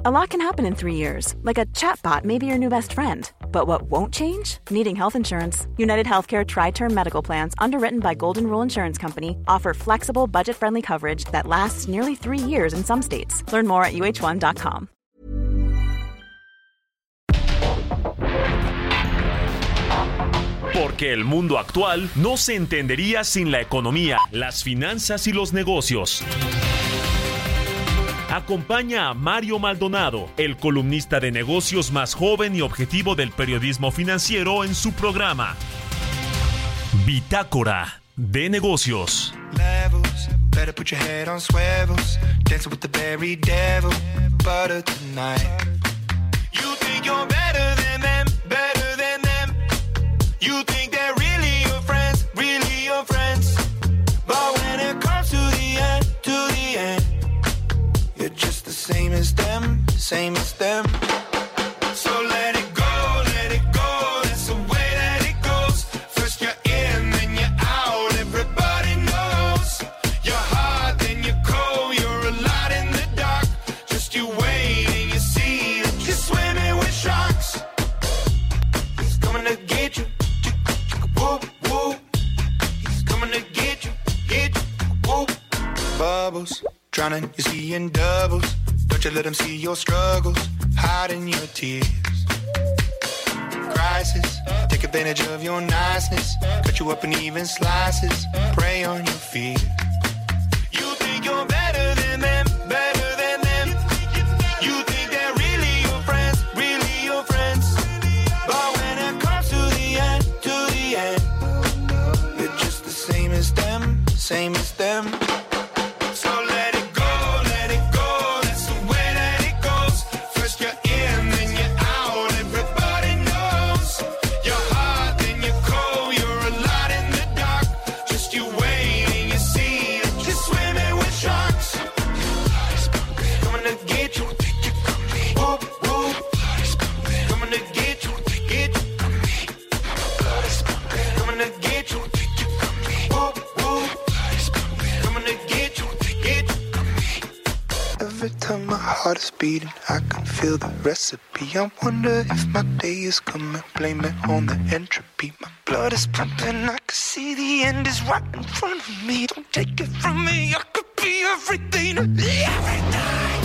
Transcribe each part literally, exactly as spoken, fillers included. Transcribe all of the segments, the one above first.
A lot can happen in three years, like a chatbot may be your new best friend. But what won't change? Needing health insurance. United Healthcare Tri-Term Medical Plans, underwritten by Golden Rule Insurance Company, offer flexible, budget-friendly coverage that lasts nearly three years in some states. Learn more at U H one dot com. Porque el mundo actual no se entendería sin la economía, las finanzas y los negocios. Acompaña a Mario Maldonado, el columnista de negocios más joven y objetivo del periodismo financiero, en su programa Bitácora de Negocios. Levels, better put your head on swivels, dancing with the very devil, butter tonight. You think you're better than them, better than them. You think they're really your friends, really your friends. But when it comes to the end, to the end, you're just the same as them, same as them. So let it go, let it go, that's the way that it goes. First you're in, then you're out, everybody knows. You're hot, then you're cold, you're a lot in the dark. Just you wait and you see that you're swimming with sharks. He's coming to get you, whoop, whoop. He's coming to get you, get you, whoop. Bubbles. Drowning, you see in doubles. Don't you let them see your struggles, hiding your tears. Crisis, take advantage of your niceness. Cut you up in even slices, prey on your fears. You think you're better than them, better than them. You think they're really your friends, really your friends. But when it comes to the end, to the end, you're just the same as them, same as them. Heart is beating, I can feel the recipe. I wonder if my day is coming, blame it on the entropy. My blood is pumping, I can see the end is right in front of me. Don't take it from me, I could be everything, everything.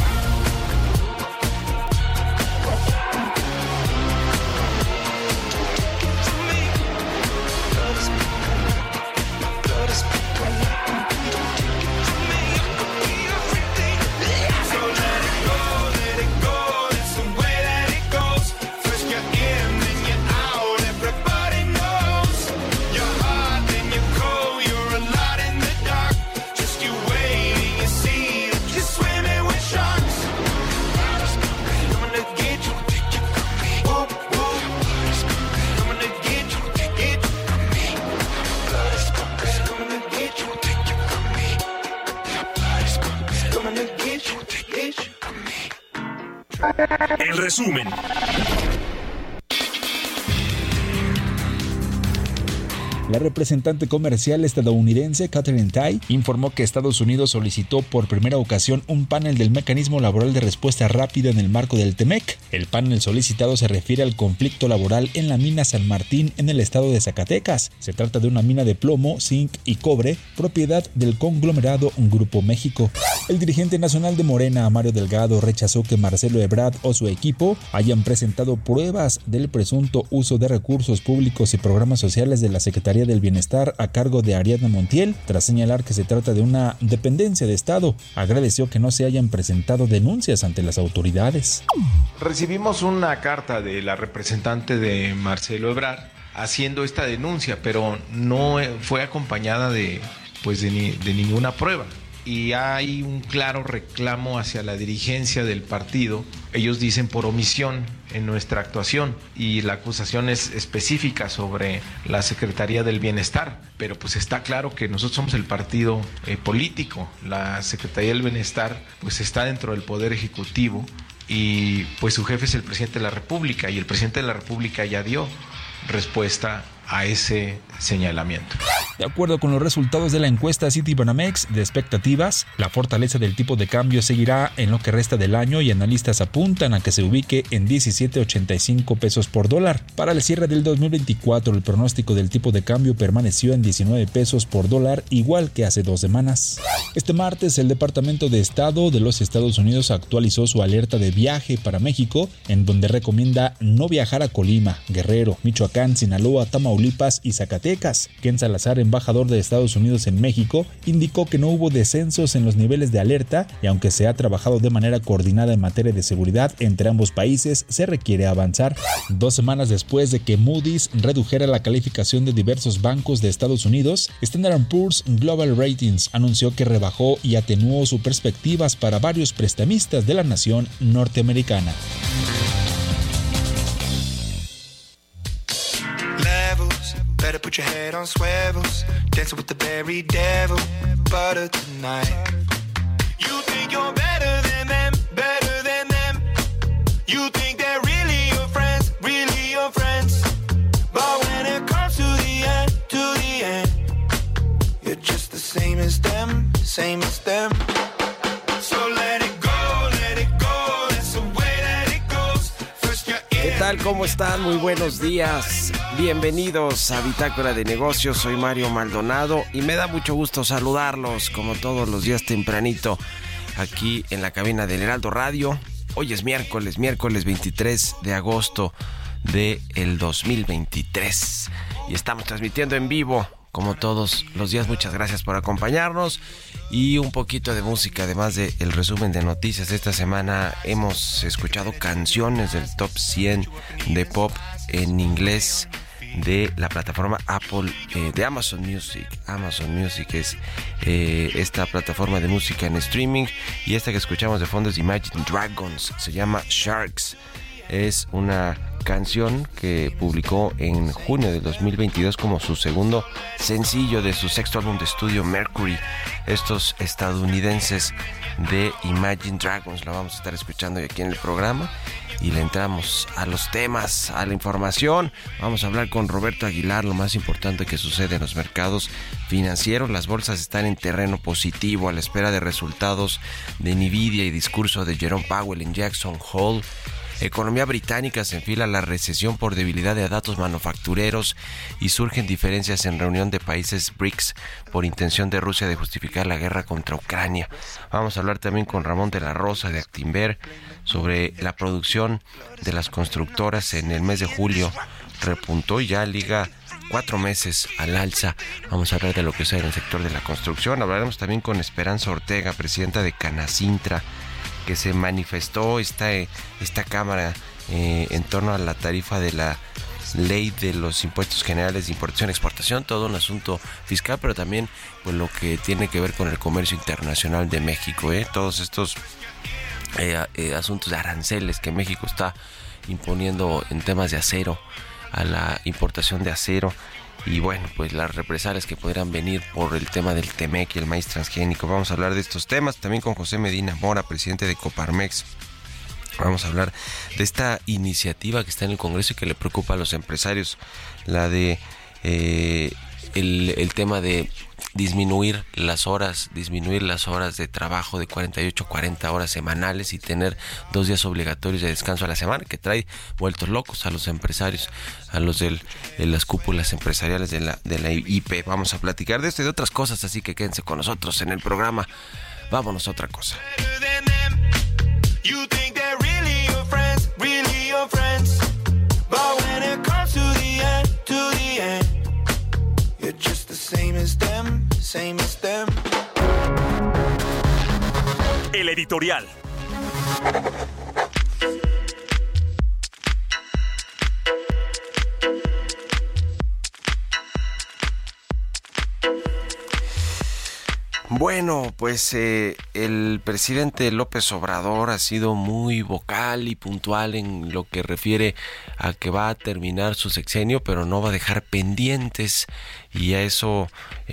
El resumen. La representante comercial estadounidense Katherine Tai informó que Estados Unidos solicitó por primera ocasión un panel del mecanismo laboral de respuesta rápida en el marco del TEMEC. El panel solicitado se refiere al conflicto laboral en la mina San Martín en el estado de Zacatecas. Se trata de una mina de plomo, zinc y cobre, propiedad del conglomerado Grupo México. El dirigente nacional de Morena, Mario Delgado, rechazó que Marcelo Ebrard o su equipo hayan presentado pruebas del presunto uso de recursos públicos y programas sociales de la Secretaría del Bienestar a cargo de Ariadna Montiel, tras señalar que se trata de una dependencia de Estado. Agradeció que no se hayan presentado denuncias ante las autoridades. Recibimos una carta de la representante de Marcelo Ebrard haciendo esta denuncia, pero no fue acompañada de, pues de, ni, de ninguna prueba. Y hay un claro reclamo hacia la dirigencia del partido. Ellos dicen por omisión en nuestra actuación, y la acusación es específica sobre la Secretaría del Bienestar, pero pues está claro que nosotros somos el partido eh, político. La Secretaría del Bienestar pues está dentro del Poder Ejecutivo y pues su jefe es el presidente de la República, y el presidente de la República ya dio respuesta a ese señalamiento. De acuerdo con los resultados de la encuesta Citibanamex de expectativas, la fortaleza del tipo de cambio seguirá en lo que resta del año y analistas apuntan a que se ubique en diecisiete ochenta y cinco pesos por dólar. Para el cierre del dos mil veinticuatro, el pronóstico del tipo de cambio permaneció en diecinueve pesos por dólar, igual que hace dos semanas. Este martes, el Departamento de Estado de los Estados Unidos actualizó su alerta de viaje para México, en donde recomienda no viajar a Colima, Guerrero, Michoacán, Sinaloa, Tamaulipas y Zacatecas. Ken Salazar, embajador de Estados Unidos en México, indicó que no hubo descensos en los niveles de alerta y aunque se ha trabajado de manera coordinada en materia de seguridad entre ambos países, se requiere avanzar. Dos semanas después de que Moody's redujera la calificación de diversos bancos de Estados Unidos, Standard and Poor's Global Ratings anunció que rebajó y atenuó sus perspectivas para varios prestamistas de la nación norteamericana. Better put your head on swivels, dancing with the very devil, butter tonight. You think you're better than them, better than them. You think they're really your friends, really your friends. But when it comes to the end, to the end, you're just the same as them, same as them. So let it go, let it go, that's the way that it goes. First you're in. ¿Qué tal? ¿Cómo están? Muy buenos días. Bienvenidos a Bitácora de Negocios, soy Mario Maldonado y me da mucho gusto saludarlos como todos los días tempranito aquí en la cabina del Heraldo Radio. Hoy es miércoles, miércoles veintitrés de agosto del dos mil veintitrés y estamos transmitiendo en vivo como todos los días. Muchas gracias por acompañarnos y un poquito de música, además del resumen de noticias. Esta semana hemos escuchado canciones del top cien de pop en inglés de la plataforma Apple, eh, de Amazon Music. Amazon Music es eh, esta plataforma de música en streaming, y esta que escuchamos de fondo es Imagine Dragons, se llama Sharks. Es una canción que publicó en junio de dos mil veintidós como su segundo sencillo de su sexto álbum de estudio Mercury. Estos estadounidenses de Imagine Dragons la vamos a estar escuchando aquí en el programa. Y le entramos a los temas, a la información. Vamos a hablar con Roberto Aguilar, lo más importante que sucede en los mercados financieros. Las bolsas están en terreno positivo a la espera de resultados de Nvidia y discurso de Jerome Powell en Jackson Hole. Economía británica se enfila a la recesión por debilidad de datos manufactureros y surgen diferencias en reunión de países B R I C S por intención de Rusia de justificar la guerra contra Ucrania. Vamos a hablar también con Ramón de la Rosa de Actinver sobre la producción de las constructoras en el mes de julio. Repuntó y ya liga cuatro meses al alza. Vamos a hablar de lo que sea en el sector de la construcción. Hablaremos también con Esperanza Ortega, presidenta de Canacintra, que se manifestó esta, esta cámara eh, en torno a la tarifa de la ley de los impuestos generales de importación y exportación, todo un asunto fiscal, pero también pues lo que tiene que ver con el comercio internacional de México, eh, todos estos eh, eh, asuntos de aranceles que México está imponiendo en temas de acero, a la importación de acero. Y bueno, pues las represalias que podrían venir por el tema del Temec y el maíz transgénico. Vamos a hablar de estos temas también con José Medina Mora, presidente de Coparmex. Vamos a hablar de esta iniciativa que está en el Congreso y que le preocupa a los empresarios, la de eh, el, el tema de disminuir las horas, disminuir las horas de trabajo de cuarenta y ocho a cuarenta horas semanales y tener dos días obligatorios de descanso a la semana, que trae vueltos locos a los empresarios, a los del, de las cúpulas empresariales de la, de la I P. Vamos a platicar de esto y de otras cosas, así que quédense con nosotros en el programa. Vámonos a otra cosa. El editorial. Bueno, pues eh, el presidente López Obrador ha sido muy vocal y puntual en lo que refiere a que va a terminar su sexenio, pero no va a dejar pendientes y a eso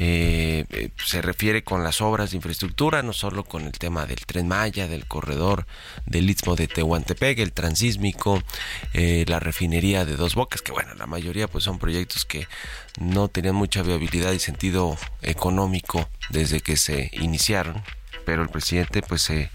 eh, eh, se refiere con las obras de infraestructura, no solo con el tema del Tren Maya, del corredor del Istmo de Tehuantepec, el transísmico, eh, la refinería de Dos Bocas, que bueno, la mayoría pues son proyectos que no tenían mucha viabilidad y sentido económico desde que se iniciaron, pero el presidente pues se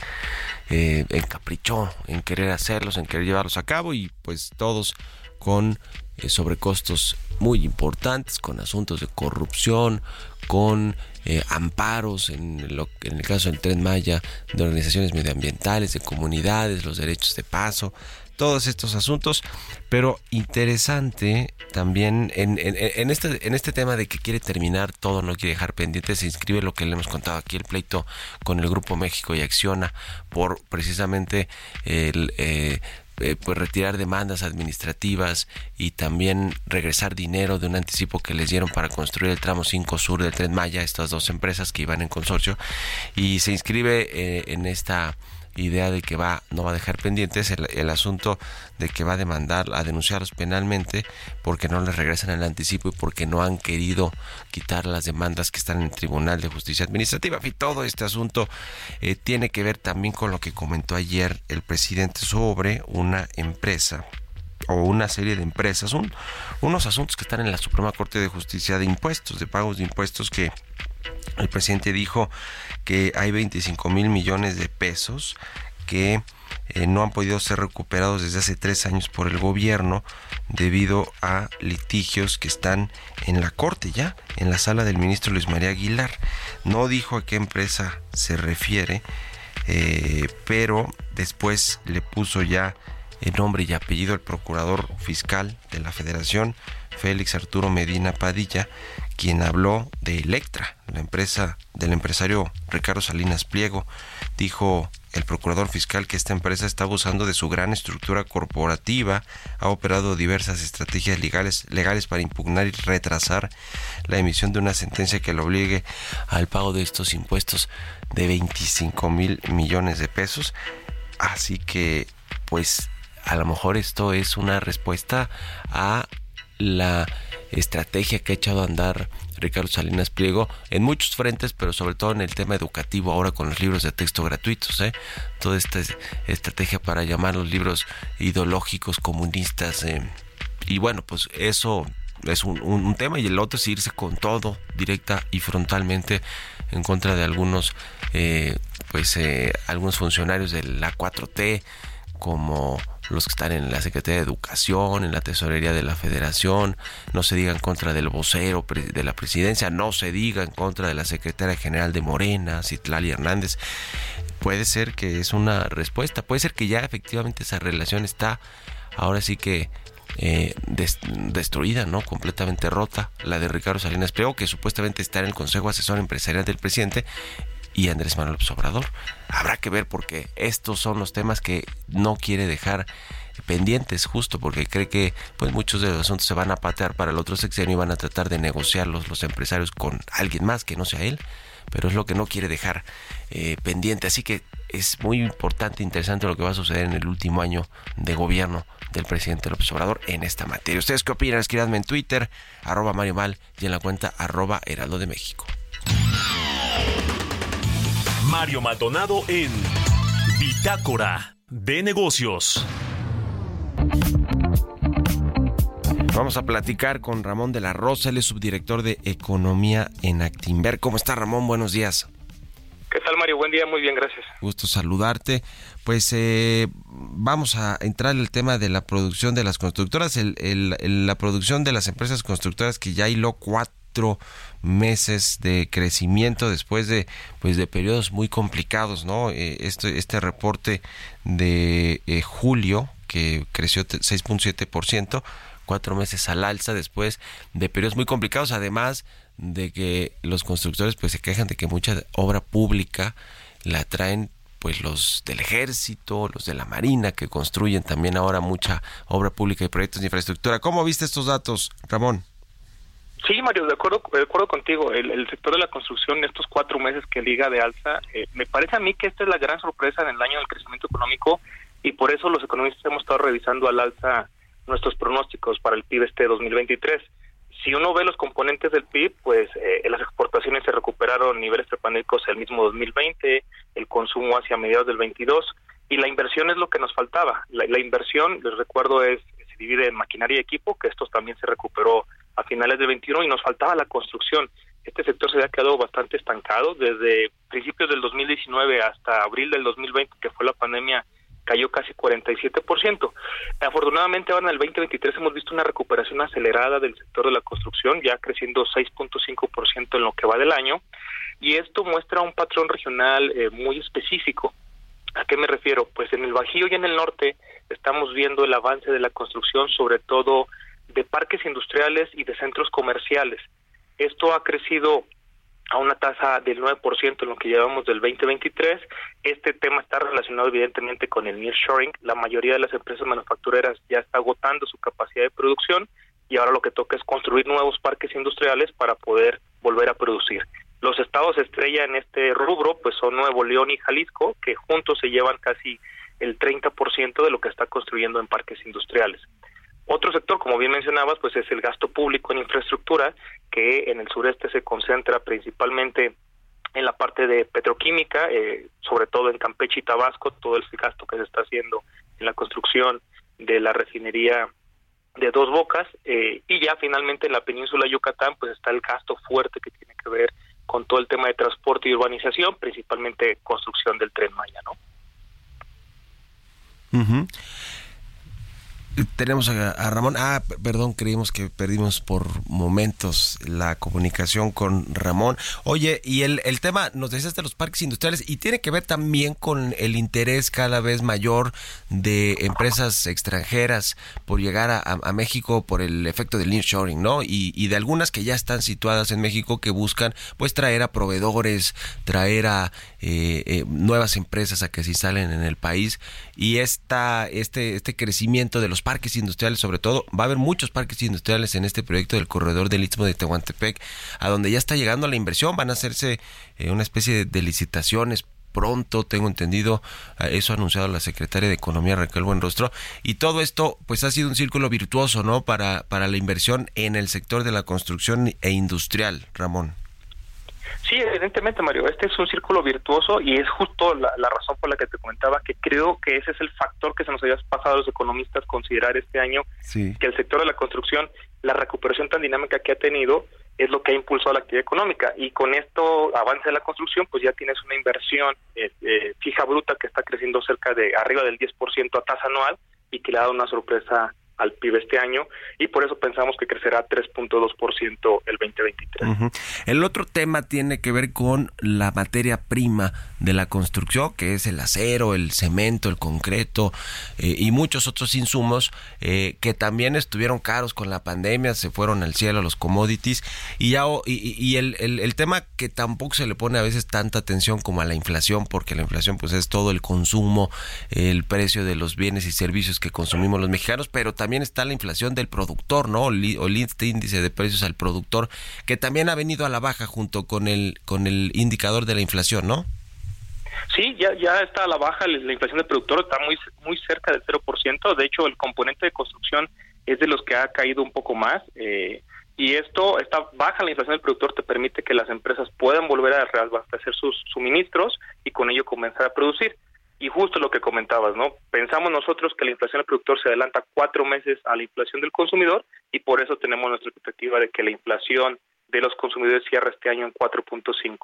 eh, encaprichó en querer hacerlos, en querer llevarlos a cabo, y pues todos con eh, sobrecostos muy importantes, con asuntos de corrupción, con eh, amparos en, lo, en el caso del Tren Maya, de organizaciones medioambientales, de comunidades, los derechos de paso, todos estos asuntos. Pero interesante también en, en, en, este, en este tema de que quiere terminar todo, no quiere dejar pendiente, se inscribe lo que le hemos contado aquí, el pleito con el Grupo México y Acciona por precisamente el... Eh, Eh, pues retirar demandas administrativas y también regresar dinero de un anticipo que les dieron para construir el tramo cinco Sur del Tren Maya, estas dos empresas que iban en consorcio, y se inscribe eh, en esta idea de que va no va a dejar pendientes el, el asunto de que va a demandar, a denunciarlos penalmente porque no les regresan el anticipo y porque no han querido quitar las demandas que están en el Tribunal de Justicia Administrativa. Y todo este asunto eh, tiene que ver también con lo que comentó ayer el presidente sobre una empresa o una serie de empresas, un, unos asuntos que están en la Suprema Corte de Justicia de impuestos, de pagos de impuestos, que el presidente dijo que hay veinticinco mil millones de pesos que eh, no han podido ser recuperados desde hace tres años por el gobierno debido a litigios que están en la Corte ya, en la sala del ministro Luis María Aguilar. No dijo a qué empresa se refiere, eh, pero después le puso ya el nombre y apellido al procurador fiscal de la Federación, Félix Arturo Medina Padilla, quien habló de Electra, la empresa del empresario Ricardo Salinas Pliego. Dijo el procurador fiscal que esta empresa está abusando de su gran estructura corporativa, ha operado diversas estrategias legales, legales para impugnar y retrasar la emisión de una sentencia que lo obligue al pago de estos impuestos de veinticinco mil millones de pesos. Así que, pues, a lo mejor esto es una respuesta a la estrategia que ha echado a andar Ricardo Salinas Pliego en muchos frentes, pero sobre todo en el tema educativo, ahora con los libros de texto gratuitos, ¿eh? Toda esta estrategia para llamar los libros ideológicos comunistas, eh, y bueno, pues eso es un, un, un tema, y el otro es irse con todo, directa y frontalmente, en contra de algunos eh, pues eh, algunos funcionarios de la cuatro T, como los que están en la Secretaría de Educación, en la Tesorería de la Federación. No se diga en contra del vocero de la presidencia, no se diga en contra de la secretaria general de Morena, Citlali Hernández. Puede ser que es una respuesta, puede ser que ya efectivamente esa relación está ahora sí que eh, des, destruida, ¿no? Completamente rota, la de Ricardo Salinas Pliego, que supuestamente está en el Consejo Asesor Empresarial del presidente, y Andrés Manuel López Obrador. Habrá que ver, porque estos son los temas que no quiere dejar pendientes, justo porque cree que pues muchos de los asuntos se van a patear para el otro sexenio y van a tratar de negociarlos los empresarios con alguien más que no sea él, pero es lo que no quiere dejar eh, pendiente. Así que es muy importante, interesante lo que va a suceder en el último año de gobierno del presidente López Obrador en esta materia. ¿Ustedes qué opinan? Escríbanme en Twitter, arroba Mario Mal, y en la cuenta arroba Heraldo de México. Mario Maldonado en Bitácora de Negocios. Vamos a platicar con Ramón de la Rosa, él es subdirector de Economía en Actinver. ¿Cómo está, Ramón? Buenos días. ¿Qué tal, Mario? Buen día, muy bien, gracias. Gusto saludarte. Pues eh, vamos a entrar en el tema de la producción de las constructoras, el, el, el, la producción de las empresas constructoras que ya hiló cuatro meses de crecimiento después de pues de periodos muy complicados, ¿no? Eh, este este reporte de eh, julio, que creció seis punto siete por ciento, cuatro meses al alza después de periodos muy complicados, además de que los constructores pues se quejan de que mucha obra pública la traen pues los del ejército, los de la marina, que construyen también ahora mucha obra pública y proyectos de infraestructura. ¿Cómo viste estos datos, Ramón? Sí, Mario, de acuerdo, de acuerdo contigo. El, el sector de la construcción, estos cuatro meses que liga de alza, eh, me parece a mí que esta es la gran sorpresa en el año del crecimiento económico, y por eso los economistas hemos estado revisando al alza nuestros pronósticos para el P I B este dos mil veintitrés. Si uno ve los componentes del P I B, pues eh, las exportaciones se recuperaron a niveles prepandémicos el mismo dos mil veinte, el consumo hacia mediados del veintidós, y la inversión es lo que nos faltaba. La, la inversión, les recuerdo, es se divide en maquinaria y equipo, que estos también se recuperó a finales del veintiuno, y nos faltaba la construcción. Este sector se había quedado bastante estancado. Desde principios del dos mil diecinueve hasta abril del dos mil veinte, que fue la pandemia, cayó casi cuarenta y siete por ciento. Afortunadamente ahora en el veinte veintitrés hemos visto una recuperación acelerada del sector de la construcción, ya creciendo seis punto cinco por ciento en lo que va del año, y esto muestra un patrón regional eh, muy específico. ¿A qué me refiero? Pues en el Bajío y en el norte estamos viendo el avance de la construcción, sobre todo de parques industriales y de centros comerciales. Esto ha crecido a una tasa del nueve por ciento en lo que llevamos del veinte veintitrés. Este tema está relacionado evidentemente con el nearshoring. La mayoría de las empresas manufactureras ya está agotando su capacidad de producción y ahora lo que toca es construir nuevos parques industriales para poder volver a producir. Los estados estrella en este rubro pues son Nuevo León y Jalisco, que juntos se llevan casi el treinta por ciento de lo que está construyendo en parques industriales. Otro sector, como bien mencionabas, pues es el gasto público en infraestructura, que en el sureste se concentra principalmente en la parte de petroquímica, eh, sobre todo en Campeche y Tabasco, todo el gasto que se está haciendo en la construcción de la refinería de Dos Bocas, eh, y ya finalmente en la península de Yucatán pues está el gasto fuerte que tiene que ver con todo el tema de transporte y urbanización, principalmente construcción del Tren Maya, ¿no? Uh-huh. Tenemos a, a Ramón. Ah, perdón, creímos que perdimos por momentos la comunicación con Ramón. Oye, y el, el tema, nos decías de los parques industriales, y tiene que ver también con el interés cada vez mayor de empresas extranjeras por llegar a, a México por el efecto del nearshoring, ¿no? Y, y de algunas que ya están situadas en México que buscan pues traer a proveedores, traer a eh, eh, nuevas empresas a que se instalen en el país. Y esta, este, este crecimiento de los parques industriales, sobre todo, va a haber muchos parques industriales en este proyecto del corredor del Istmo de Tehuantepec, a donde ya está llegando la inversión. Van a hacerse eh, una especie de, de licitaciones pronto, tengo entendido, eso ha anunciado la secretaria de Economía, Raquel Buenrostro, y todo esto pues ha sido un círculo virtuoso, ¿no?, para, para la inversión en el sector de la construcción e industrial, Ramón. Sí, evidentemente, Mario, este es un círculo virtuoso y es justo la, la razón por la que te comentaba que creo que ese es el factor que se nos había pasado a los economistas considerar este año, sí. Que el sector de la construcción, la recuperación tan dinámica que ha tenido, es lo que ha impulsado la actividad económica, y con esto avance de la construcción, pues ya tienes una inversión eh, eh, fija bruta que está creciendo cerca de arriba del diez por ciento a tasa anual y que le ha dado una sorpresa al P I B este año, y por eso pensamos que crecerá tres punto dos por ciento el veinte veintitrés. Uh-huh. El otro tema tiene que ver con la materia prima de la construcción, que es el acero, el cemento, el concreto eh, y muchos otros insumos eh, que también estuvieron caros con la pandemia, se fueron al cielo los commodities, y ya y, y el, el, el tema que tampoco se le pone a veces tanta atención como a la inflación, porque la inflación pues es todo el consumo, el precio de los bienes y servicios que consumimos los mexicanos, pero también También está la inflación del productor, ¿no? O el índice de precios al productor, que también ha venido a la baja junto con el con el indicador de la inflación, ¿no? Sí, ya ya está a la baja la inflación del productor, está muy muy cerca del cero por ciento. De hecho, el componente de construcción es de los que ha caído un poco más. Eh, y esto, esta baja la inflación del productor te permite que las empresas puedan volver a reabastecer sus suministros y con ello comenzar a producir. Y justo lo que comentabas, ¿no? Pensamos nosotros que la inflación del productor se adelanta cuatro meses a la inflación del consumidor, y por eso tenemos nuestra expectativa de que la inflación de los consumidores cierre este año en cuatro punto cinco.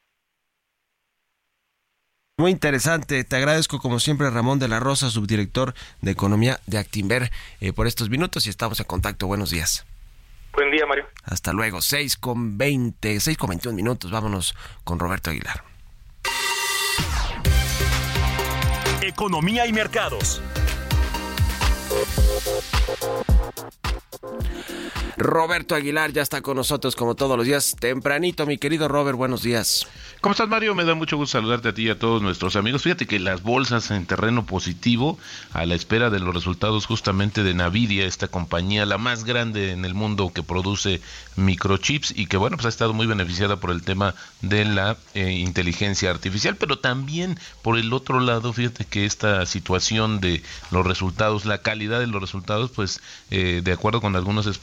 Muy interesante. Te agradezco como siempre, Ramón de la Rosa, subdirector de Economía de Actinver, eh, por estos minutos, y estamos en contacto. Buenos días. Buen día, Mario. Hasta luego. seis con veinte, seis con veintiún minutos. Vámonos con Roberto Aguilar. Economía y mercados. Roberto Aguilar ya está con nosotros como todos los días, tempranito. Mi querido Robert, buenos días. ¿Cómo estás, Mario? Me da mucho gusto saludarte a ti y a todos nuestros amigos. Fíjate que las bolsas en terreno positivo a la espera de los resultados justamente de Nvidia, esta compañía la más grande en el mundo que produce microchips y que bueno, pues ha estado muy beneficiada por el tema de la eh, inteligencia artificial, pero también por el otro lado, fíjate que esta situación de los resultados, la calidad de los resultados, pues eh, de acuerdo con algunos especialistas,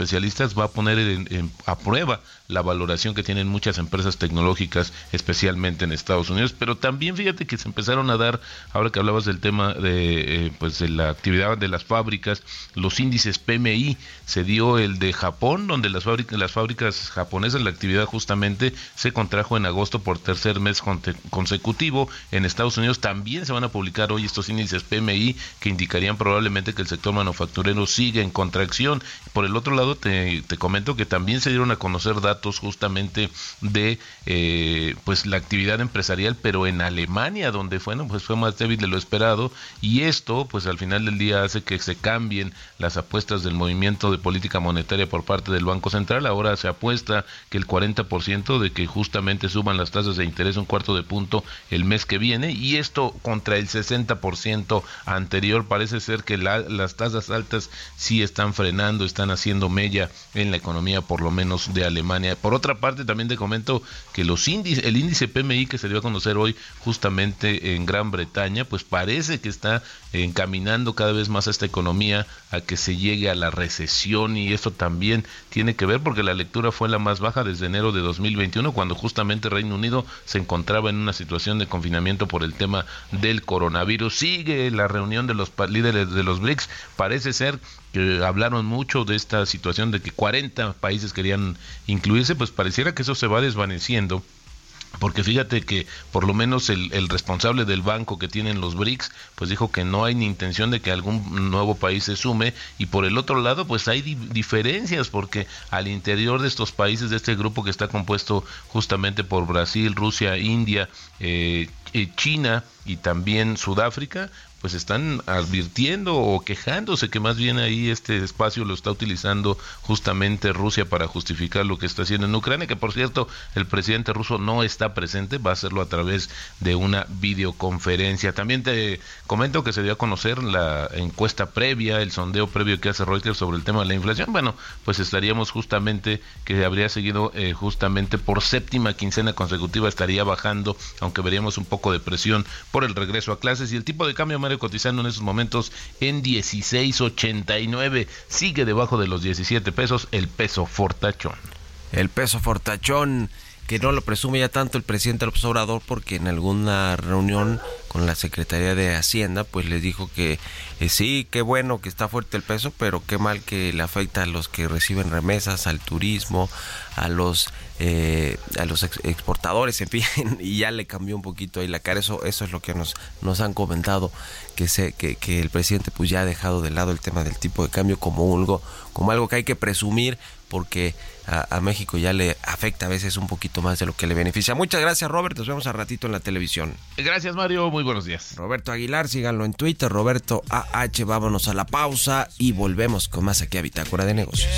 tecnológicas va a poner en, en, a prueba la valoración que tienen muchas empresas tecnológicas, especialmente en Estados Unidos. Pero también fíjate que se empezaron a dar, ahora que hablabas del tema de, eh, pues de la actividad de las fábricas, los índices P M I. Se dio el de Japón, donde las fábricas, las fábricas japonesas, la actividad justamente se contrajo en agosto por tercer mes consecutivo. En Estados Unidos también se van a publicar hoy estos índices P M I que indicarían probablemente que el sector manufacturero sigue en contracción. Por el otro lado, te, te comento que también se dieron a conocer datos justamente de eh, pues la actividad empresarial, pero en Alemania, donde fue, ¿no? pues fue más débil de lo esperado, y esto pues al final del día hace que se cambien las apuestas del movimiento de política monetaria por parte del Banco Central. Ahora se apuesta que el cuarenta por ciento de que justamente suban las tasas de interés un cuarto de punto el mes que viene, y esto contra el sesenta por ciento anterior. Parece ser que la, las tasas altas sí están frenando, están haciendo mella en la economía, por lo menos de Alemania. Por otra parte, también te comento que los índices, el índice P M I que se dio a conocer hoy justamente en Gran Bretaña, pues parece que está encaminando cada vez más a esta economía a que se llegue a la recesión, y esto también tiene que ver porque la lectura fue la más baja desde enero de dos mil veintiuno, cuando justamente Reino Unido se encontraba en una situación de confinamiento por el tema del coronavirus. Sigue la reunión de los líderes de los B R I C S, parece ser que hablaron mucho de esta situación de que cuarenta países querían incluirse, pues pareciera que eso se va desvaneciendo. Porque fíjate que por lo menos el, el responsable del banco que tienen los B R I C S, pues dijo que no hay ni intención de que algún nuevo país se sume, y por el otro lado pues hay di- diferencias, porque al interior de estos países, de este grupo que está compuesto justamente por Brasil, Rusia, India, eh, eh, China y también Sudáfrica, pues están advirtiendo o quejándose que más bien ahí este espacio lo está utilizando justamente Rusia para justificar lo que está haciendo en Ucrania, que por cierto el presidente ruso no está presente, va a hacerlo a través de una videoconferencia. También te comento que se dio a conocer la encuesta previa, el sondeo previo que hace Reuters sobre el tema de la inflación. Bueno, pues estaríamos justamente, que habría seguido eh, justamente por séptima quincena consecutiva, estaría bajando, aunque veríamos un poco de presión por el regreso a clases, y el tipo de cambio, Mario, cotizando en esos momentos en dieciséis ochenta y nueve, sigue debajo de los diecisiete pesos el peso fortachón. El peso fortachón, que no lo presume ya tanto el presidente López Obrador, porque en alguna reunión con la Secretaría de Hacienda pues les dijo que eh, sí, qué bueno que está fuerte el peso, pero qué mal que le afecta a los que reciben remesas, al turismo, a los eh, a los ex- exportadores, en fin, y ya le cambió un poquito ahí la cara. Eso eso es lo que nos nos han comentado, que se que, que el presidente pues ya ha dejado de lado el tema del tipo de cambio como algo como algo que hay que presumir, porque a, a México ya le afecta a veces un poquito más de lo que le beneficia. Muchas gracias, Robert, nos vemos a ratito en la televisión. Gracias, Mario, muy buenos días. Roberto Aguilar, síganlo en Twitter, Roberto A H. Vámonos a la pausa y volvemos con más aquí a Bitácora de Negocios.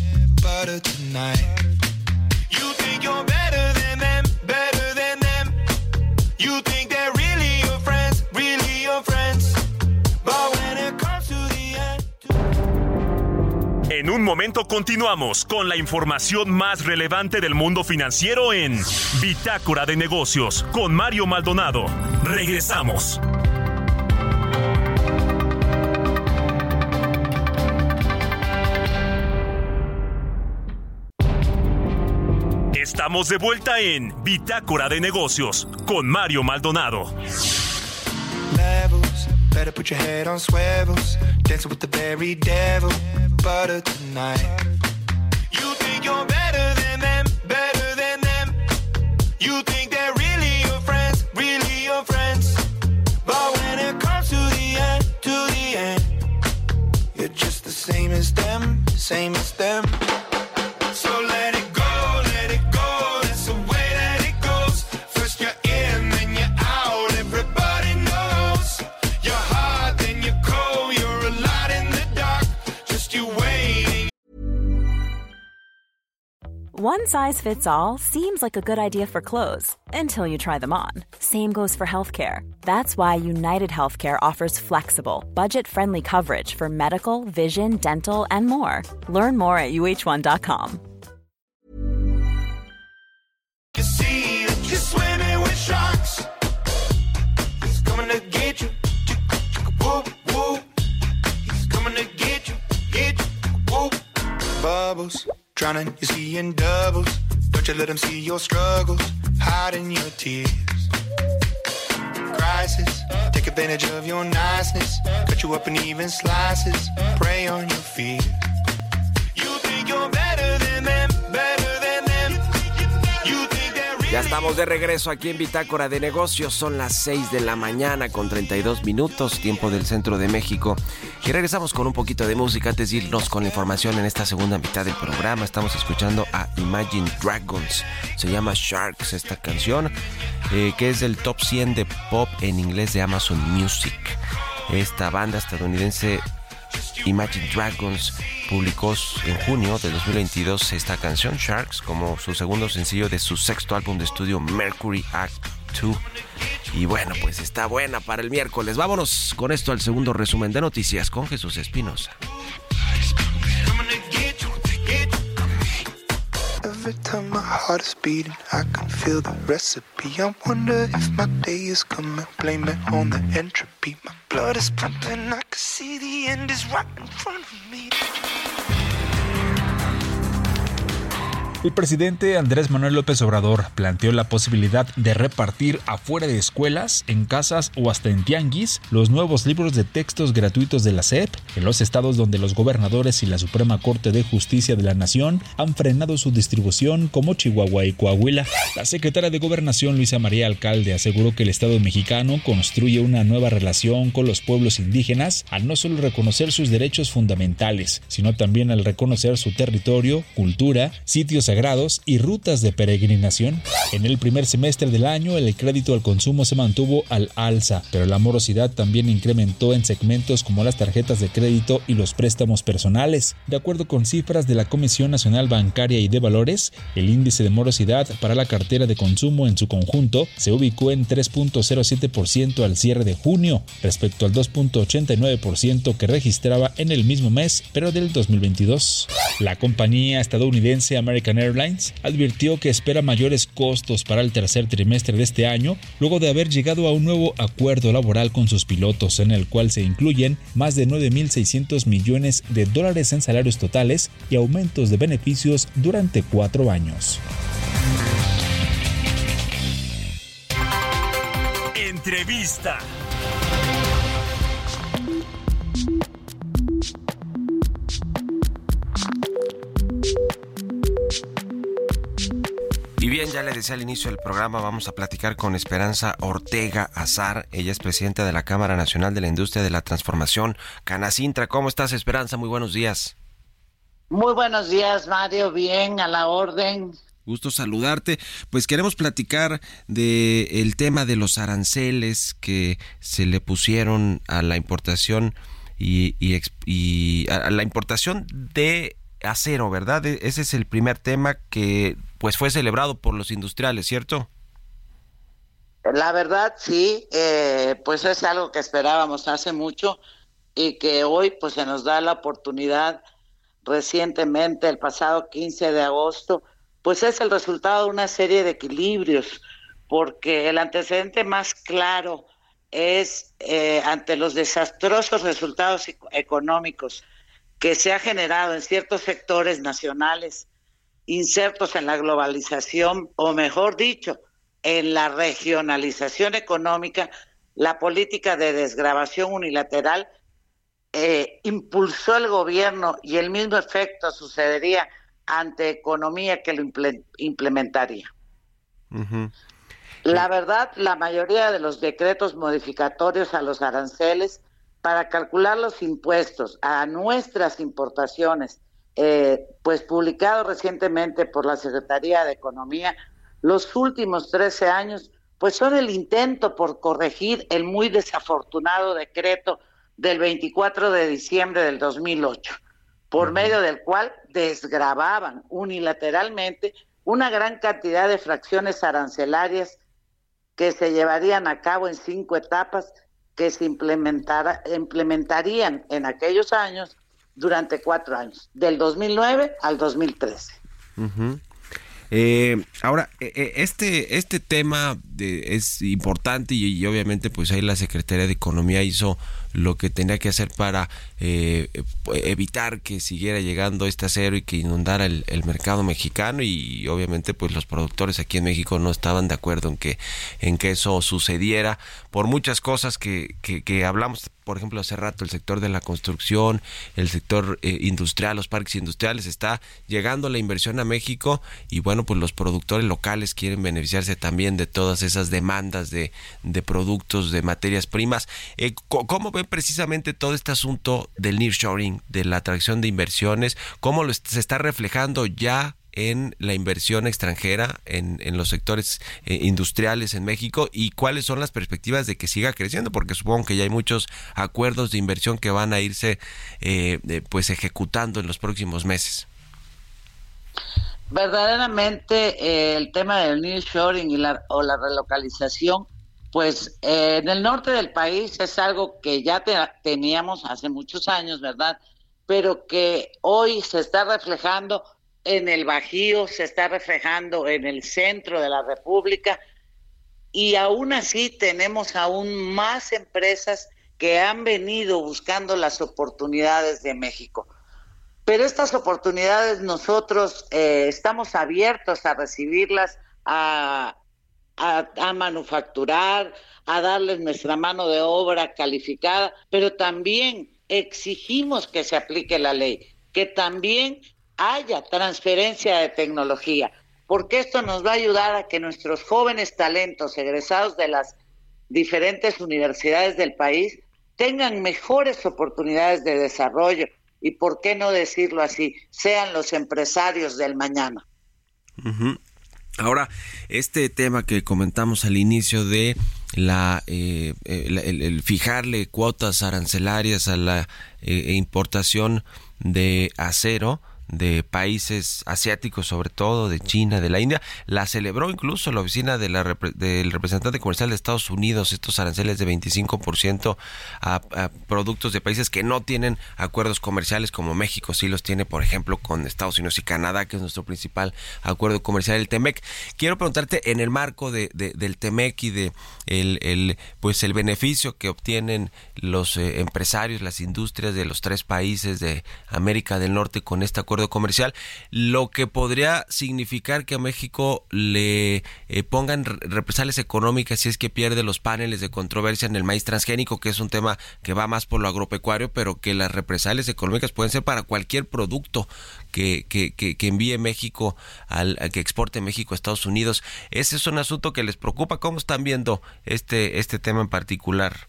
En un momento continuamos con la información más relevante del mundo financiero en Bitácora de Negocios con Mario Maldonado. Regresamos. Estamos de vuelta en Bitácora de Negocios con Mario Maldonado. Levels, better put your head on swivels. Dancing with the very devil, butter tonight. You think you're better than them, better than them. You think they're really your friends, really your friends. But when it comes to the end, to the end, you're just the same as them, same as them. So let it go. One size fits all seems like a good idea for clothes until you try them on. Same goes for healthcare. That's why United Healthcare offers flexible, budget-friendly coverage for medical, vision, dental, and more. Learn more at U H one dot com. You see that you're swimming with sharks. He's coming to get you. Whoop, whoop. He's coming to get you. Get you. Whoop. Bubbles. Drowning, you see in doubles. Don't you let them see your struggles, hiding your tears. Crisis, take advantage of your niceness. Cut you up in even slices, prey on your fears. You think you're better than them, better than them. You think they're really... Ya estamos de regreso aquí en Bitácora de Negocios. Son las seis de la mañana con treinta y dos minutos, tiempo del centro de México. Y regresamos con un poquito de música antes de irnos con la información en esta segunda mitad del programa. Estamos escuchando a Imagine Dragons. Se llama Sharks esta canción, eh, que es del top cien de pop en inglés de Amazon Music. Esta banda estadounidense Imagine Dragons publicó en junio de dos mil veintidós esta canción Sharks como su segundo sencillo de su sexto álbum de estudio Mercury Act dos. Y bueno, pues está buena para el miércoles. Vámonos con esto al segundo resumen de noticias con Jesús Espinosa. Every time my heart is beating, I can feel the recipe. I wonder if my day is coming, blame it on the entropy. My blood is pumping, I can see the end is right in front of me. El presidente Andrés Manuel López Obrador planteó la posibilidad de repartir afuera de escuelas, en casas o hasta en tianguis los nuevos libros de textos gratuitos de la S E P en los estados donde los gobernadores y la Suprema Corte de Justicia de la Nación han frenado su distribución, como Chihuahua y Coahuila. La secretaria de Gobernación, Luisa María Alcalde, aseguró que el Estado mexicano construye una nueva relación con los pueblos indígenas al no solo reconocer sus derechos fundamentales, sino también al reconocer su territorio, cultura, sitios sagrados y rutas de peregrinación. En el primer semestre del año, el crédito al consumo se mantuvo al alza, pero la morosidad también incrementó en segmentos como las tarjetas de crédito y los préstamos personales. De acuerdo con cifras de la Comisión Nacional Bancaria y de Valores, el índice de morosidad para la cartera de consumo en su conjunto se ubicó en tres punto cero siete por ciento al cierre de junio, respecto al dos punto ochenta y nueve por ciento que registraba en el mismo mes, pero del dos mil veintidós. La compañía estadounidense American Airlines advirtió que espera mayores costos para el tercer trimestre de este año, luego de haber llegado a un nuevo acuerdo laboral con sus pilotos, en el cual se incluyen más de nueve mil seiscientos millones de dólares en salarios totales y aumentos de beneficios durante cuatro años. Entrevista. Y bien, ya le decía al inicio del programa, vamos a platicar con Esperanza Ortega Azar. Ella es presidenta de la Cámara Nacional de la Industria de la Transformación, Canacintra. ¿Cómo estás, Esperanza? Muy buenos días. Muy buenos días, Mario. Bien, a la orden. Gusto saludarte. Pues queremos platicar de el tema de los aranceles que se le pusieron a la importación y, y, y a la importación de acero, ¿verdad? Ese es el primer tema que pues fue celebrado por los industriales, ¿cierto? La verdad, sí, eh, pues es algo que esperábamos hace mucho y que hoy pues se nos da la oportunidad. Recientemente, el pasado quince de agosto, pues es el resultado de una serie de equilibrios, porque el antecedente más claro es eh, ante los desastrosos resultados económicos que se ha generado en ciertos sectores nacionales insertos en la globalización, o mejor dicho, en la regionalización económica, la política de desgravación unilateral eh, impulsó el gobierno, y el mismo efecto sucedería ante economía que lo imple- implementaría. Uh-huh. La verdad, la mayoría de los decretos modificatorios a los aranceles para calcular los impuestos a nuestras importaciones, eh, pues publicado recientemente por la Secretaría de Economía, los últimos trece años, pues son el intento por corregir el muy desafortunado decreto del veinticuatro de diciembre del dos mil ocho, por medio del cual desgravaban unilateralmente una gran cantidad de fracciones arancelarias que se llevarían a cabo en cinco etapas que se implementara, implementarían en aquellos años durante cuatro años, del dos mil nueve al dos mil trece. Uh-huh. Eh, ahora, este este tema de, es importante y, y obviamente pues ahí la Secretaría de Economía hizo lo que tenía que hacer para eh, evitar que siguiera llegando este acero y que inundara el, el mercado mexicano, y obviamente pues los productores aquí en México no estaban de acuerdo en que en que eso sucediera por muchas cosas que, que, que hablamos. Por ejemplo, hace rato el sector de la construcción, el sector eh, industrial, los parques industriales, está llegando la inversión a México, y bueno, pues los productores locales quieren beneficiarse también de todas esas demandas de, de productos, de materias primas. Eh, ¿Cómo ven precisamente todo este asunto del nearshoring, de la atracción de inversiones? ¿Cómo lo se está reflejando ya en la inversión extranjera en, en los sectores eh, industriales en México, y cuáles son las perspectivas de que siga creciendo? Porque supongo que ya hay muchos acuerdos de inversión que van a irse eh, eh, pues ejecutando en los próximos meses. Verdaderamente eh, el tema del nearshoring y la, o la relocalización, pues eh, en el norte del país es algo que ya te, teníamos hace muchos años, ¿verdad? Pero que hoy se está reflejando en el Bajío, se está reflejando en el centro de la República, y aún así tenemos aún más empresas que han venido buscando las oportunidades de México. Pero estas oportunidades nosotros eh, estamos abiertos a recibirlas, a, a, a manufacturar, a darles nuestra mano de obra calificada, pero también exigimos que se aplique la ley, que también haya transferencia de tecnología, porque esto nos va a ayudar a que nuestros jóvenes talentos egresados de las diferentes universidades del país tengan mejores oportunidades de desarrollo, y por qué no decirlo así, sean los empresarios del mañana. Uh-huh. Ahora, este tema que comentamos al inicio de la eh, el, el, el fijarle cuotas arancelarias a la eh, importación de acero de países asiáticos, sobre todo de China, de la India, la celebró incluso la oficina de la del representante comercial de Estados Unidos, estos aranceles de veinticinco por ciento a, a productos de países que no tienen acuerdos comerciales, como México sí los tiene, por ejemplo, con Estados Unidos y Canadá, que es nuestro principal acuerdo comercial, el TEMEC. Quiero preguntarte, en el marco de, de del TEMEC y de el, el pues el beneficio que obtienen los eh, empresarios, las industrias de los tres países de América del Norte con este acuerdo comercial, lo que podría significar que a México le eh, pongan represalias económicas si es que pierde los paneles de controversia en el maíz transgénico, que es un tema que va más por lo agropecuario, pero que las represalias económicas pueden ser para cualquier producto que, que, que, que envíe México, al, al que exporte México a Estados Unidos. Ese es un asunto que les preocupa. ¿Cómo están viendo este, este tema en particular?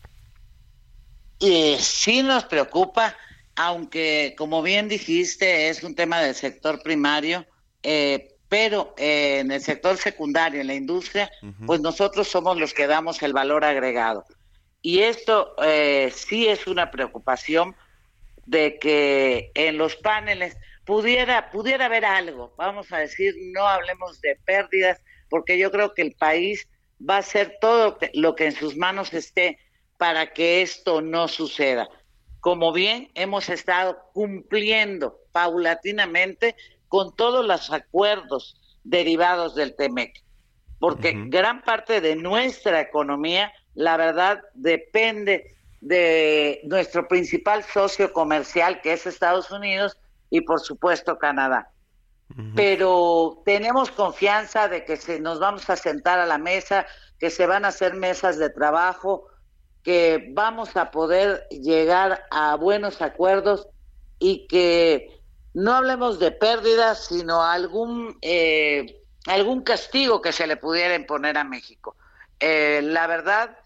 Eh, sí nos preocupa, aunque, como bien dijiste, es un tema del sector primario, eh, pero eh, en el sector secundario, en la industria, uh-huh. pues nosotros somos los que damos el valor agregado. Y esto eh, sí es una preocupación, de que en los paneles pudiera, pudiera haber algo, vamos a decir, no hablemos de pérdidas, porque yo creo que el país va a hacer todo lo que en sus manos esté para que esto no suceda. Como bien hemos estado cumpliendo paulatinamente con todos los acuerdos derivados del TEMEC, porque uh-huh. gran parte de nuestra economía, la verdad, depende de nuestro principal socio comercial, que es Estados Unidos, y por supuesto Canadá. Uh-huh. Pero tenemos confianza de que se, nos vamos a sentar a la mesa, que se van a hacer mesas de trabajo, que vamos a poder llegar a buenos acuerdos, y que no hablemos de pérdidas, sino algún eh, algún castigo que se le pudiera imponer a México. Eh, la verdad,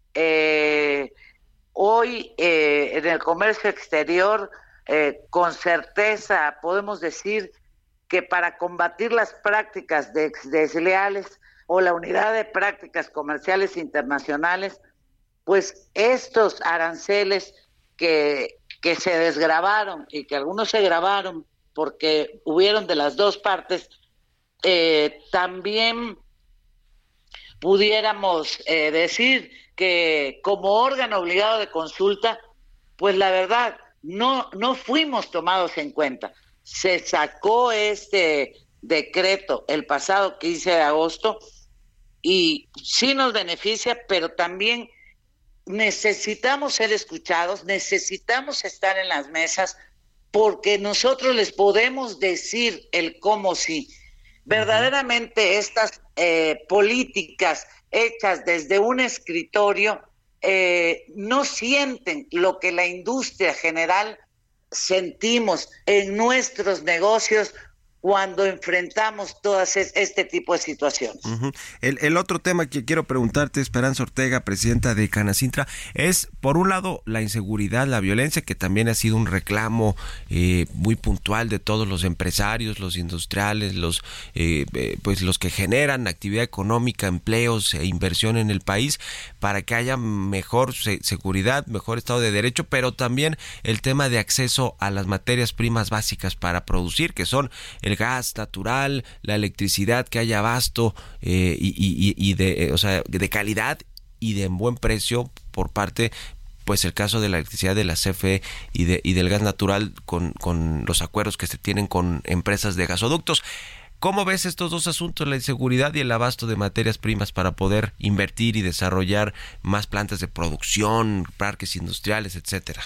eh, hoy eh, en el comercio exterior, eh, con certeza podemos decir que para combatir las prácticas de desleales o la unidad de prácticas comerciales internacionales, pues estos aranceles que, que se desgravaron y que algunos se gravaron porque hubieron de las dos partes, eh, también pudiéramos eh, decir que como órgano obligado de consulta, pues la verdad, no, no fuimos tomados en cuenta. Se sacó este decreto el pasado quince de agosto y sí nos beneficia, pero también necesitamos ser escuchados, necesitamos estar en las mesas, porque nosotros les podemos decir el cómo sí. Verdaderamente estas eh, políticas hechas desde un escritorio eh, no sienten lo que la industria general sentimos en nuestros negocios cuando enfrentamos todas es, este tipo de situaciones. Uh-huh. El, el otro tema que quiero preguntarte, Esperanza Ortega, presidenta de Canacintra, es, por un lado, la inseguridad, la violencia, que también ha sido un reclamo eh, muy puntual de todos los empresarios, los industriales, los eh, eh, pues los que generan actividad económica, empleos e inversión en el país, para que haya mejor se- seguridad, mejor Estado de Derecho, pero también el tema de acceso a las materias primas básicas para producir, que son el gas natural, la electricidad, que haya abasto eh, y, y, y de, eh, o sea, de calidad y de buen precio por parte, pues el caso de la electricidad de la C F E y de y del gas natural con, con los acuerdos que se tienen con empresas de gasoductos. ¿Cómo ves estos dos asuntos, la inseguridad y el abasto de materias primas, para poder invertir y desarrollar más plantas de producción, parques industriales, etcétera?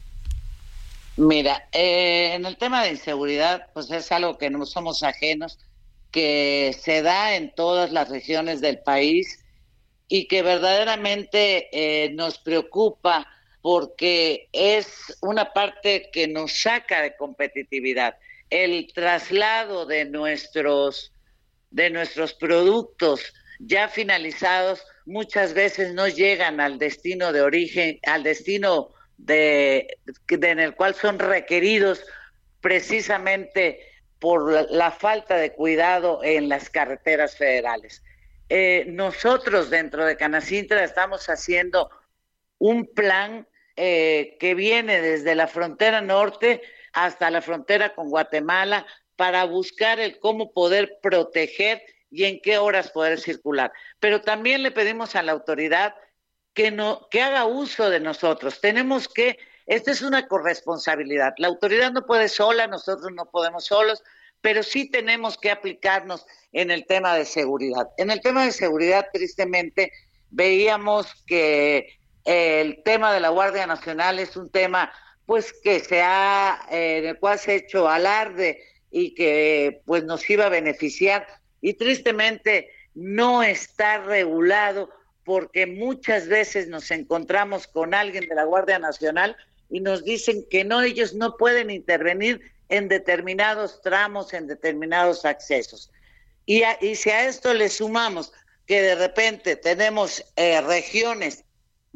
Mira, eh, en el tema de inseguridad, pues es algo que no somos ajenos, que se da en todas las regiones del país y que verdaderamente eh, nos preocupa porque es una parte que nos saca de competitividad. El traslado de nuestros, de nuestros productos ya finalizados muchas veces no llegan al destino de origen, al destino De, de en el cual son requeridos precisamente por la, la falta de cuidado en las carreteras federales. Eh, nosotros dentro de Canacintra estamos haciendo un plan eh, que viene desde la frontera norte hasta la frontera con Guatemala para buscar el cómo poder proteger y en qué horas poder circular. Pero también le pedimos a la autoridad que no que haga uso de nosotros. Tenemos que, esta es una corresponsabilidad. La autoridad no puede sola, nosotros no podemos solos, pero sí tenemos que aplicarnos en el tema de seguridad. En el tema de seguridad, tristemente, veíamos que el tema de la Guardia Nacional es un tema pues que se ha, eh, en el cual se ha hecho alarde y que pues nos iba a beneficiar, y tristemente no está regulado, porque muchas veces nos encontramos con alguien de la Guardia Nacional y nos dicen que no, ellos no pueden intervenir en determinados tramos, en determinados accesos. Y, a, y si a esto le sumamos que de repente tenemos eh, regiones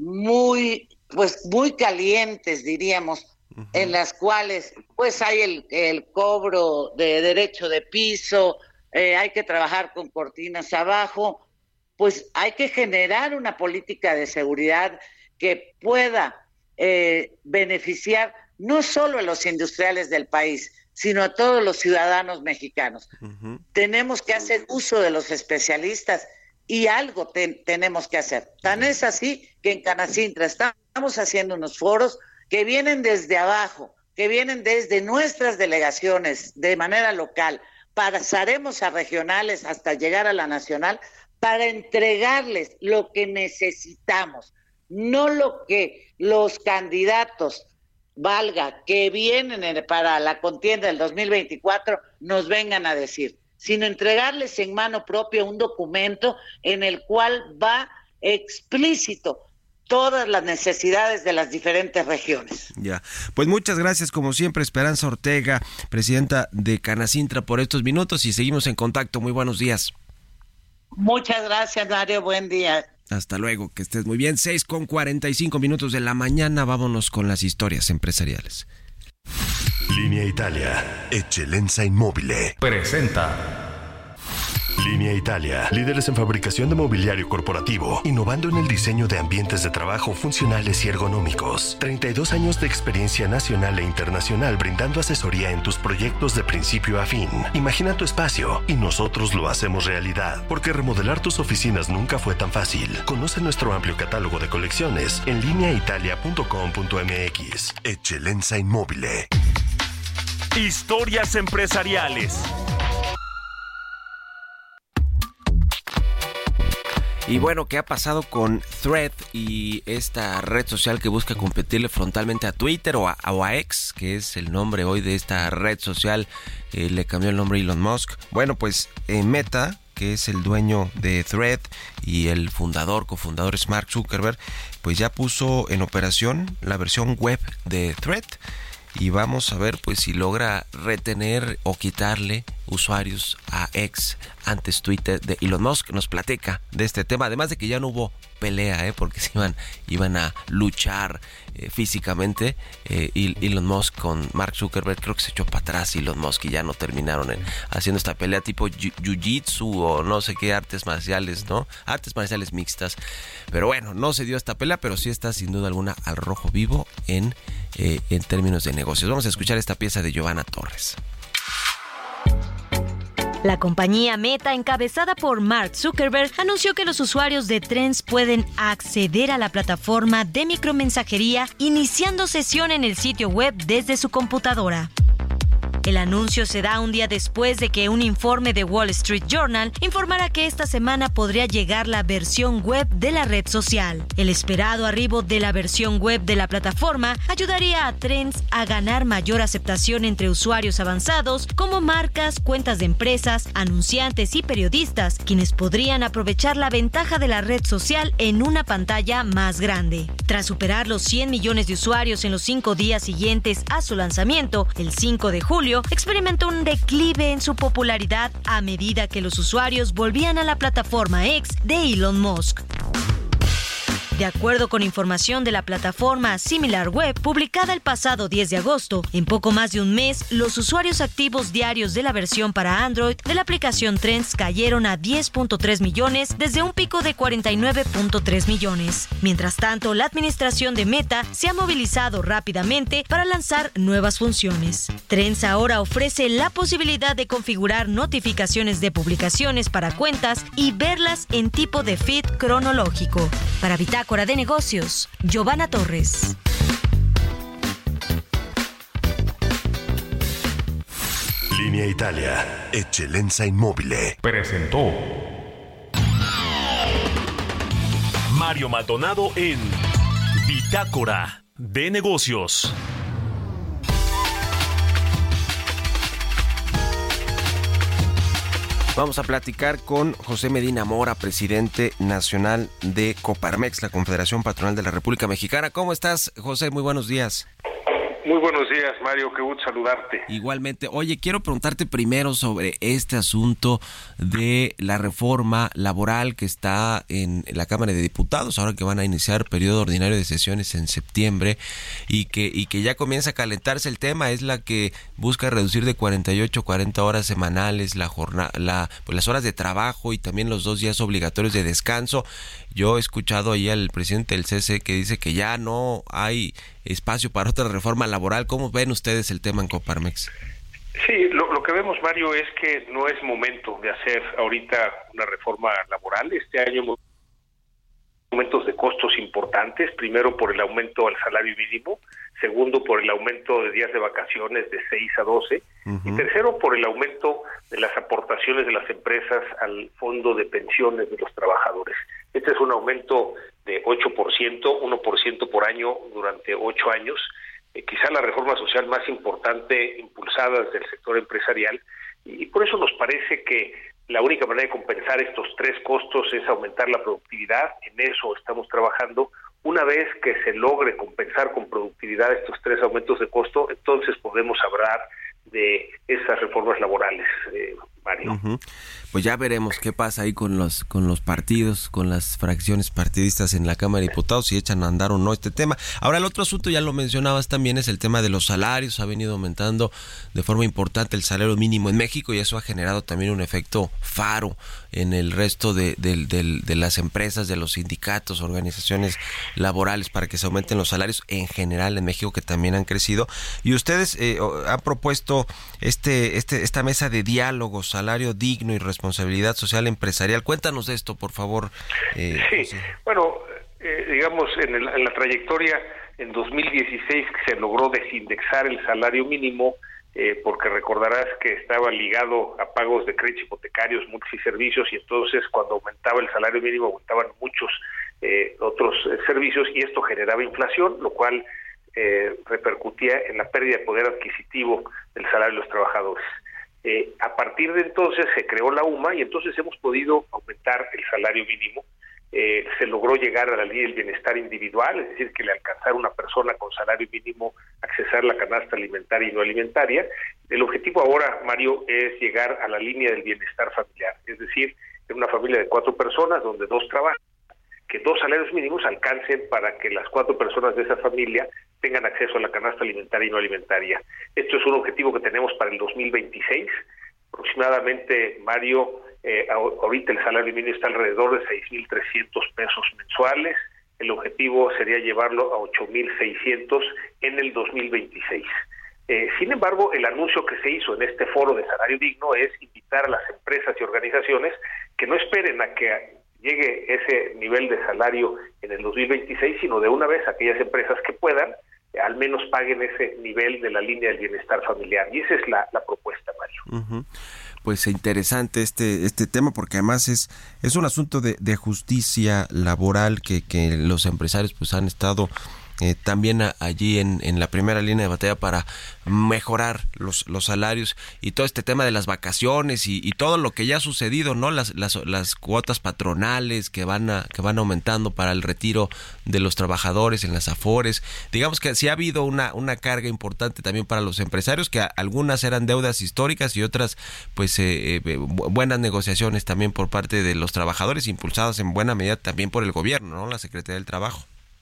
muy, pues muy calientes, diríamos, uh-huh, en las cuales pues hay el, el cobro de derecho de piso, eh, hay que trabajar con cortinas abajo, pues hay que generar una política de seguridad que pueda eh, beneficiar no solo a los industriales del país, sino a todos los ciudadanos mexicanos. Uh-huh. Tenemos que hacer uso de los especialistas y algo te, tenemos que hacer. Tan es así que en Canacintra estamos haciendo unos foros que vienen desde abajo, que vienen desde nuestras delegaciones de manera local, pasaremos a regionales hasta llegar a la nacional, para entregarles lo que necesitamos, no lo que los candidatos, valga, que vienen para la contienda del dos mil veinticuatro, nos vengan a decir, sino entregarles en mano propia un documento en el cual va explícito todas las necesidades de las diferentes regiones. Ya, pues muchas gracias como siempre, Esperanza Ortega, presidenta de Canacintra, por estos minutos, y seguimos en contacto. Muy buenos días. Muchas gracias, Mario. Buen día. Hasta luego, que estés muy bien. seis con cuarenta y cinco minutos de la mañana. Vámonos con las historias empresariales. Línea Italia, Eccellenza Inmobile presenta. Línea Italia, líderes en fabricación de mobiliario corporativo, innovando en el diseño de ambientes de trabajo funcionales y ergonómicos. treinta y dos años de experiencia nacional e internacional brindando asesoría en tus proyectos de principio a fin. Imagina tu espacio y nosotros lo hacemos realidad, porque remodelar tus oficinas nunca fue tan fácil. Conoce nuestro amplio catálogo de colecciones en línea italia punto com punto m x. Eccellenza Inmobile. Historias empresariales. Y bueno, ¿qué ha pasado con Thread y esta red social que busca competirle frontalmente a Twitter o a, o a X, que es el nombre hoy de esta red social? Eh, le cambió el nombre Elon Musk. Bueno, pues eh, Meta, que es el dueño de Thread y el fundador, cofundador es Mark Zuckerberg, pues ya puso en operación la versión web de Thread. Y vamos a ver pues si logra retener o quitarle usuarios a X, antes Twitter de Elon Musk. Nos platica de este tema, además de que ya no hubo pelea, ¿eh? porque se iban, iban a luchar eh, físicamente eh, Elon Musk con Mark Zuckerberg. Creo que se echó para atrás Elon Musk y ya no terminaron en, haciendo esta pelea tipo jiu-jitsu o no sé qué artes marciales, ¿no? Artes marciales mixtas. Pero bueno, no se dio esta pelea, pero sí está sin duda alguna al rojo vivo en, eh, en términos de negocios. Vamos a escuchar esta pieza de Giovanna Torres. La compañía Meta, encabezada por Mark Zuckerberg, anunció que los usuarios de Threads pueden acceder a la plataforma de micromensajería iniciando sesión en el sitio web desde su computadora. El anuncio se da un día después de que un informe de Wall Street Journal informara que esta semana podría llegar la versión web de la red social. El esperado arribo de la versión web de la plataforma ayudaría a Threads a ganar mayor aceptación entre usuarios avanzados como marcas, cuentas de empresas, anunciantes y periodistas, quienes podrían aprovechar la ventaja de la red social en una pantalla más grande. Tras superar los cien millones de usuarios en los cinco días siguientes a su lanzamiento, el cinco de julio, experimentó un declive en su popularidad a medida que los usuarios volvían a la plataforma X de Elon Musk. De acuerdo con información de la plataforma SimilarWeb, publicada el pasado diez de agosto, en poco más de un mes, los usuarios activos diarios de la versión para Android de la aplicación Threads cayeron a diez punto tres millones desde un pico de cuarenta y nueve punto tres millones. Mientras tanto, la administración de Meta se ha movilizado rápidamente para lanzar nuevas funciones. Threads ahora ofrece la posibilidad de configurar notificaciones de publicaciones para cuentas y verlas en tipo de feed cronológico. Para Bitácora de Negocios, Giovanna Torres. Línea Italia, Eccellenza Inmobile presentó Mario Maldonado en Bitácora de Negocios. Vamos a platicar con José Medina Mora, presidente nacional de Coparmex, la Confederación Patronal de la República Mexicana. ¿Cómo estás, José? Muy buenos días. Muy buenos días, Mario, qué gusto saludarte. Igualmente. Oye, quiero preguntarte primero sobre este asunto de la reforma laboral que está en la Cámara de Diputados, ahora que van a iniciar periodo ordinario de sesiones en septiembre y que y que ya comienza a calentarse el tema. Es la que busca reducir de cuarenta y ocho a cuarenta horas semanales la jornada, la, pues las horas de trabajo y también los dos días obligatorios de descanso. Yo he escuchado ahí al presidente del C C que dice que ya no hay espacio para otra reforma laboral. ¿Cómo ven ustedes el tema en Coparmex? Sí, lo, lo que vemos, Mario, es que no es momento de hacer ahorita una reforma laboral. Este año hemos aumentos de costos importantes, primero por el aumento al salario mínimo, segundo por el aumento de días de vacaciones de seis a doce, uh-huh. y tercero por el aumento de las aportaciones de las empresas al fondo de pensiones de los trabajadores. Este es un aumento de ocho por ciento, uno por ciento por año durante ocho años, eh, quizá la reforma social más importante impulsada desde el sector empresarial, y por eso nos parece que la única manera de compensar estos tres costos es aumentar la productividad. En eso estamos trabajando. Una vez que se logre compensar con productividad estos tres aumentos de costo, entonces podemos hablar de esas reformas laborales, eh, Mario. Uh-huh. Pues ya veremos qué pasa ahí con los con los partidos, con las fracciones partidistas en la Cámara de Diputados, si echan a andar o no este tema. Ahora, el otro asunto, ya lo mencionabas también, es el tema de los salarios. Ha venido aumentando de forma importante el salario mínimo en México y eso ha generado también un efecto faro en el resto de, de, de, de las empresas, de los sindicatos, organizaciones laborales, para que se aumenten los salarios en general en México, que también han crecido. Y ustedes eh, han propuesto este, este, esta mesa de diálogo, salario digno y responsabilidad social empresarial. Cuéntanos de esto, por favor. Eh, sí, José. Bueno, eh, digamos, en, el, en la trayectoria, en dos mil dieciséis se logró desindexar el salario mínimo, eh, porque recordarás que estaba ligado a pagos de créditos hipotecarios, multiservicios, y entonces cuando aumentaba el salario mínimo aumentaban muchos eh, otros eh, servicios, y esto generaba inflación, lo cual eh, repercutía en la pérdida de poder adquisitivo del salario de los trabajadores. Eh, a partir de entonces se creó la U M A y entonces hemos podido aumentar el salario mínimo. Eh, se logró llegar a la línea del bienestar individual, es decir, que le alcanzara a una persona con salario mínimo accesar la canasta alimentaria y no alimentaria. El objetivo ahora, Mario, es llegar a la línea del bienestar familiar, es decir, en una familia de cuatro personas donde dos trabajan, que dos salarios mínimos alcancen para que las cuatro personas de esa familia tengan acceso a la canasta alimentaria y no alimentaria. Esto es un objetivo que tenemos para el dos mil veintiséis. Aproximadamente, Mario, eh, ahorita el salario mínimo está alrededor de seis mil trescientos pesos mensuales. El objetivo sería llevarlo a ocho mil seiscientos en el dos mil veintiséis. Eh, sin embargo, el anuncio que se hizo en este foro de salario digno es invitar a las empresas y organizaciones que no esperen a que llegue ese nivel de salario en el dos mil veintiséis, sino de una vez aquellas empresas que puedan, eh, al menos paguen ese nivel de la línea del bienestar familiar. Y esa es la, la propuesta, Mario. Uh-huh. Pues interesante este este tema, porque además es es un asunto de, de justicia laboral que, que los empresarios pues han estado Eh, también a, allí en, en la primera línea de batalla para mejorar los, los salarios y todo este tema de las vacaciones y, y todo lo que ya ha sucedido, ¿no? Las, las, las cuotas patronales que van a, que van aumentando para el retiro de los trabajadores en las Afores. Digamos que sí ha habido una, una carga importante también para los empresarios, que a, algunas eran deudas históricas y otras pues eh, eh, buenas negociaciones también por parte de los trabajadores, impulsadas en buena medida también por el gobierno, ¿no? La Secretaría del Trabajo.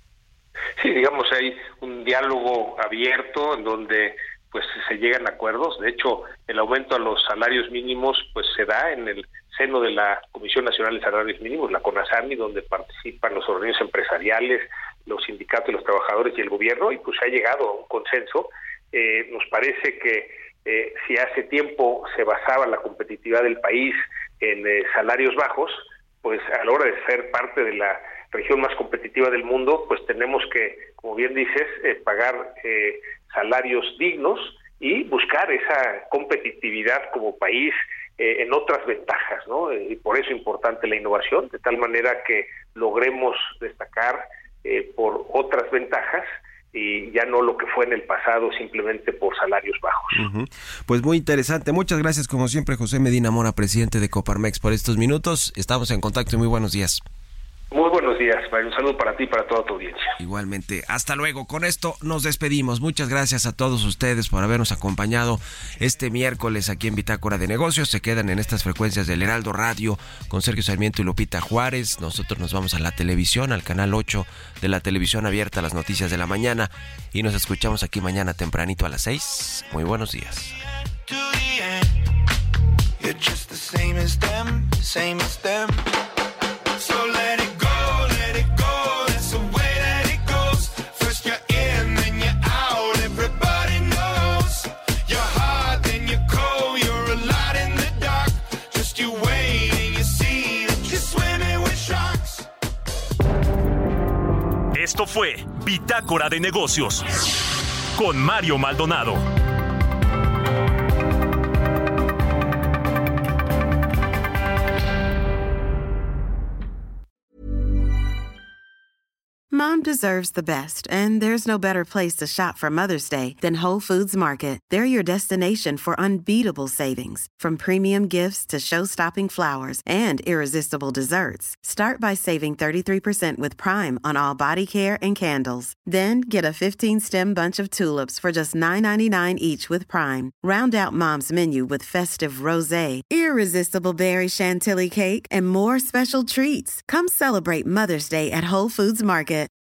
Sí, digamos, hay un diálogo abierto en donde pues se llegan a acuerdos. De hecho, el aumento a los salarios mínimos pues se da en el seno de la Comisión Nacional de Salarios Mínimos, la CONASAMI, donde participan los organismos empresariales, los sindicatos de los trabajadores y el gobierno, y pues se ha llegado a un consenso. Eh, nos parece que eh, si hace tiempo se basaba la competitividad del país en eh, salarios bajos, pues a la hora de ser parte de la región más competitiva del mundo, pues tenemos que, como bien dices, eh, pagar eh, salarios dignos y buscar esa competitividad como país eh, en otras ventajas, ¿no? Y por eso es importante la innovación, de tal manera que logremos destacar eh, por otras ventajas y ya no lo que fue en el pasado simplemente por salarios bajos. Uh-huh. Pues muy interesante. Muchas gracias, como siempre, José Medina Mora, presidente de Coparmex, por estos minutos. Estamos en contacto y muy buenos días. Muy buenos días, Mario. Un saludo para ti y para toda tu audiencia. Igualmente. Hasta luego. Con esto nos despedimos. Muchas gracias a todos ustedes por habernos acompañado este miércoles aquí en Bitácora de Negocios. Se quedan en estas frecuencias del Heraldo Radio con Sergio Sarmiento y Lupita Juárez. Nosotros nos vamos a la televisión, al canal ocho de la televisión abierta, las noticias de la mañana. Y nos escuchamos aquí mañana tempranito a las seis. Muy buenos días. Esto fue Bitácora de Negocios con Mario Maldonado. Mom deserves the best, and there's no better place to shop for Mother's Day than Whole Foods Market. They're your destination for unbeatable savings, from premium gifts to show-stopping flowers and irresistible desserts. Start by saving thirty-three percent with Prime on all body care and candles. Then get a fifteen-stem bunch of tulips for just nine ninety-nine each with Prime. Round out Mom's menu with festive rosé, irresistible berry chantilly cake, and more special treats. Come celebrate Mother's Day at Whole Foods Market.